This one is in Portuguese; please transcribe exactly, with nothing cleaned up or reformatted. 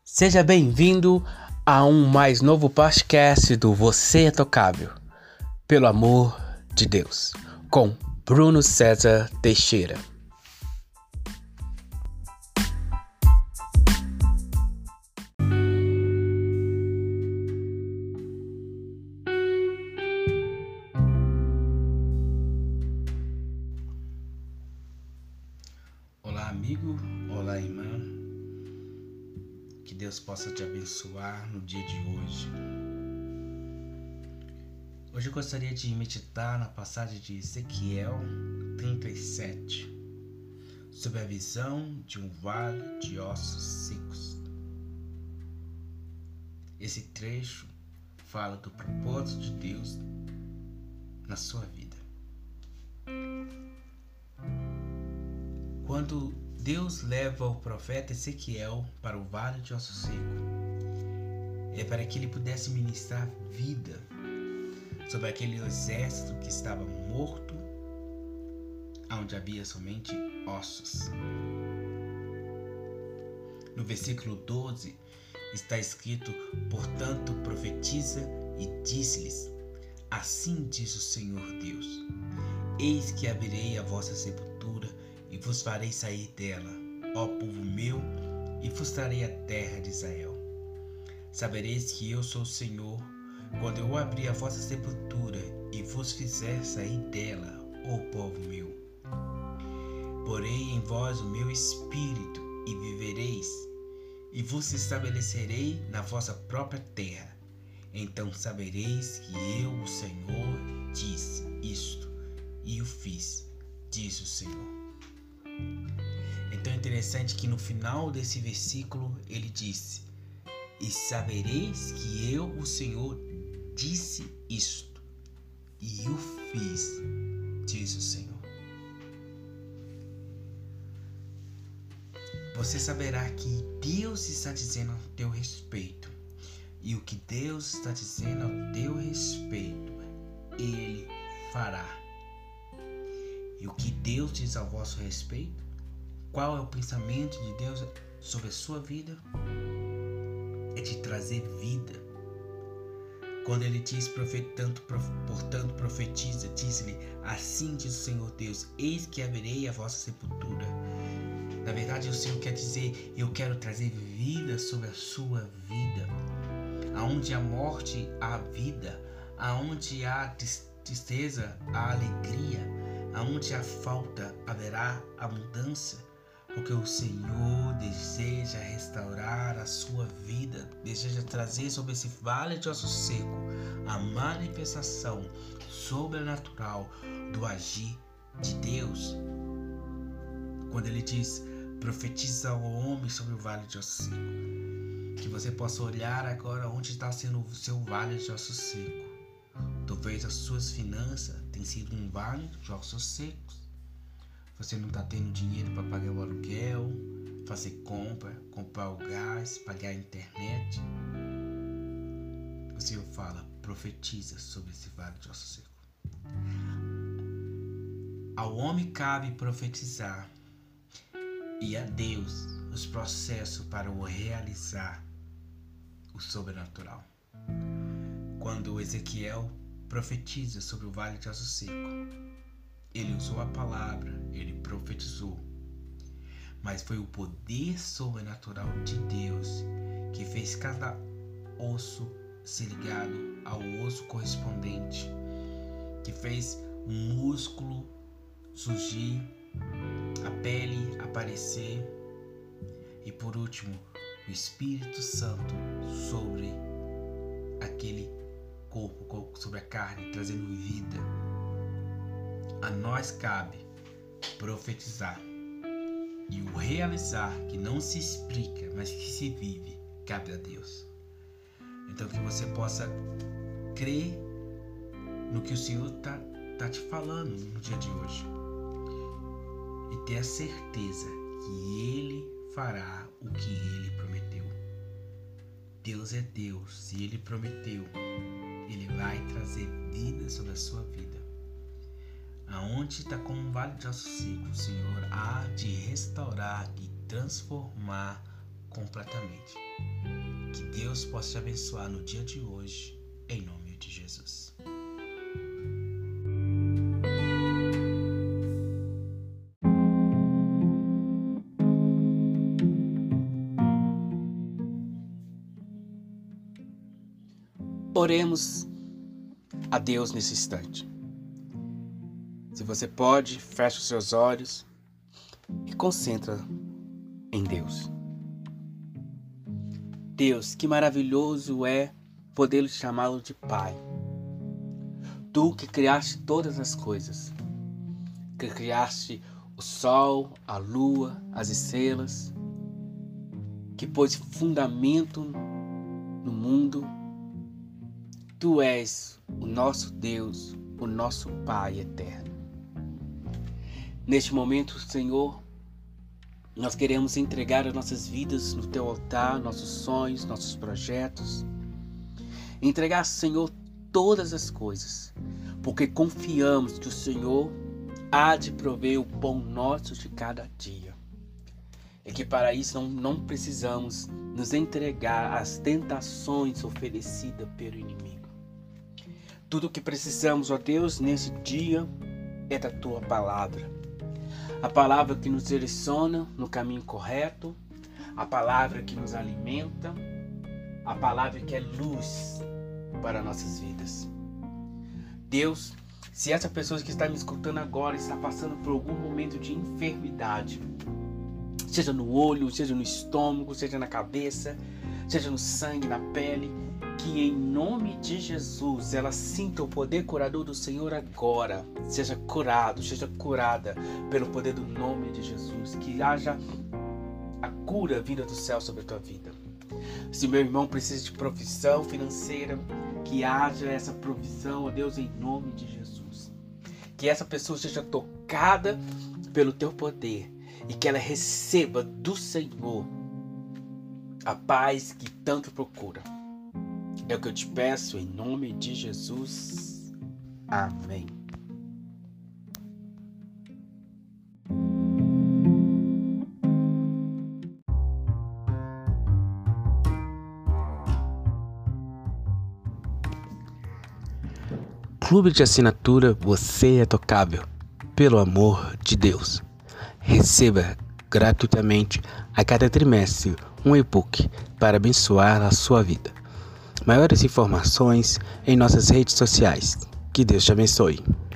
Seja bem-vindo a um mais novo podcast do Você é Tocável, pelo amor de Deus, com Bruno César Teixeira. Olá, amigo, olá, irmã. Que Deus possa te abençoar no dia de hoje. Hoje eu gostaria de meditar na passagem de Ezequiel trinta e sete, sobre a visão de um vale de ossos secos. Esse trecho fala do propósito de Deus na sua vida. Quando Deus leva o profeta Ezequiel para o vale de ossos secos, é para que ele pudesse ministrar vida sobre aquele exército que estava morto, onde havia somente ossos. No versículo doze está escrito: portanto profetiza e diz-lhes: assim diz o Senhor Deus, eis que abrirei a vossa sepultura e vos farei sair dela, ó povo meu, e vos trarei a terra de Israel. Sabereis que eu sou o Senhor, quando eu abrir a vossa sepultura e vos fizer sair dela, ó povo meu. Porei em vós o meu espírito e vivereis, e vos estabelecerei na vossa própria terra. Então sabereis que eu, o Senhor, disse isto e o fiz, diz o Senhor. Então é interessante que no final desse versículo ele disse: e sabereis que eu, o Senhor, disse isto e o fiz, diz o Senhor. Você saberá que Deus está dizendo ao teu respeito, e o que Deus está dizendo ao teu respeito, Ele fará. E o que Deus diz ao vosso respeito? Qual é o pensamento de Deus sobre a sua vida? É de trazer vida. Quando ele diz, portanto, portanto profetiza, diz-lhe: assim diz o Senhor Deus, eis que abrirei a vossa sepultura. Na verdade, o Senhor quer dizer: eu quero trazer vida sobre a sua vida. Aonde há morte, há vida. Aonde há tristeza, há alegria. Aonde há falta, haverá abundância. Porque o Senhor deseja restaurar a sua vida, deseja trazer sobre esse vale de ossos secos a manifestação sobrenatural do agir de Deus. Quando ele diz: profetiza ao homem sobre o vale de ossos secos, que você possa olhar agora onde está sendo o seu vale de ossos secos. Talvez as suas finanças tenham sido um vale de ossos secos. Você não está tendo dinheiro para pagar o aluguel, fazer compra, comprar o gás, pagar a internet. O Senhor fala: profetiza sobre esse vale de ossos secos. Ao homem cabe profetizar, e a Deus os processos para o realizar o sobrenatural. Quando Ezequiel profetiza sobre o vale de ossos secos, ele usou a palavra, ele profetizou, mas foi o poder sobrenatural de Deus que fez cada osso ser ligado ao osso correspondente, que fez um músculo surgir, a pele aparecer e, por último, o Espírito Santo sobre aquele corpo, sobre a carne, trazendo vida. A nós cabe profetizar, e o realizar, que não se explica, mas que se vive, cabe a Deus. Então que você possa crer no que o Senhor está tá te falando no dia de hoje, e ter a certeza que Ele fará o que Ele prometeu. Deus é Deus, e Ele prometeu, Ele vai trazer vida sobre a sua vida. Aonde está como um vale de ossos secos, o Senhor há de restaurar e transformar completamente. Que Deus possa te abençoar no dia de hoje, em nome de Jesus. Oremos a Deus nesse instante. Se você pode, feche os seus olhos e concentra em Deus. Deus, que maravilhoso é poder chamá-lo de Pai. Tu que criaste todas as coisas, que criaste o sol, a lua, as estrelas, que pôs fundamento no mundo. Tu és o nosso Deus, o nosso Pai eterno. Neste momento, Senhor, nós queremos entregar as nossas vidas no Teu altar, nossos sonhos, nossos projetos. Entregar, Senhor, todas as coisas, porque confiamos que o Senhor há de prover o pão nosso de cada dia. E que para isso não, não precisamos nos entregar às tentações oferecidas pelo inimigo. Tudo o que precisamos, ó Deus, nesse dia é da Tua palavra. A palavra que nos direciona no caminho correto, a palavra que nos alimenta, a palavra que é luz para nossas vidas. Deus, se essa pessoa que está me escutando agora está passando por algum momento de enfermidade, seja no olho, seja no estômago, seja na cabeça, seja no sangue, na pele, que em nome de Jesus ela sinta o poder curador do Senhor agora. Seja curado, seja curada pelo poder do nome de Jesus. Que haja a cura vinda do céu sobre a tua vida. Se meu irmão precisa de provisão financeira, que haja essa provisão, ó Deus, em nome de Jesus. Que essa pessoa seja tocada pelo teu poder e que ela receba do Senhor a paz que tanto procura. É o que eu te peço em nome de Jesus. Amém. Clube de assinatura Você é Tocável. Pelo amor de Deus. Receba gratuitamente a cada trimestre um e-book para abençoar a sua vida. Maiores informações em nossas redes sociais. Que Deus te abençoe.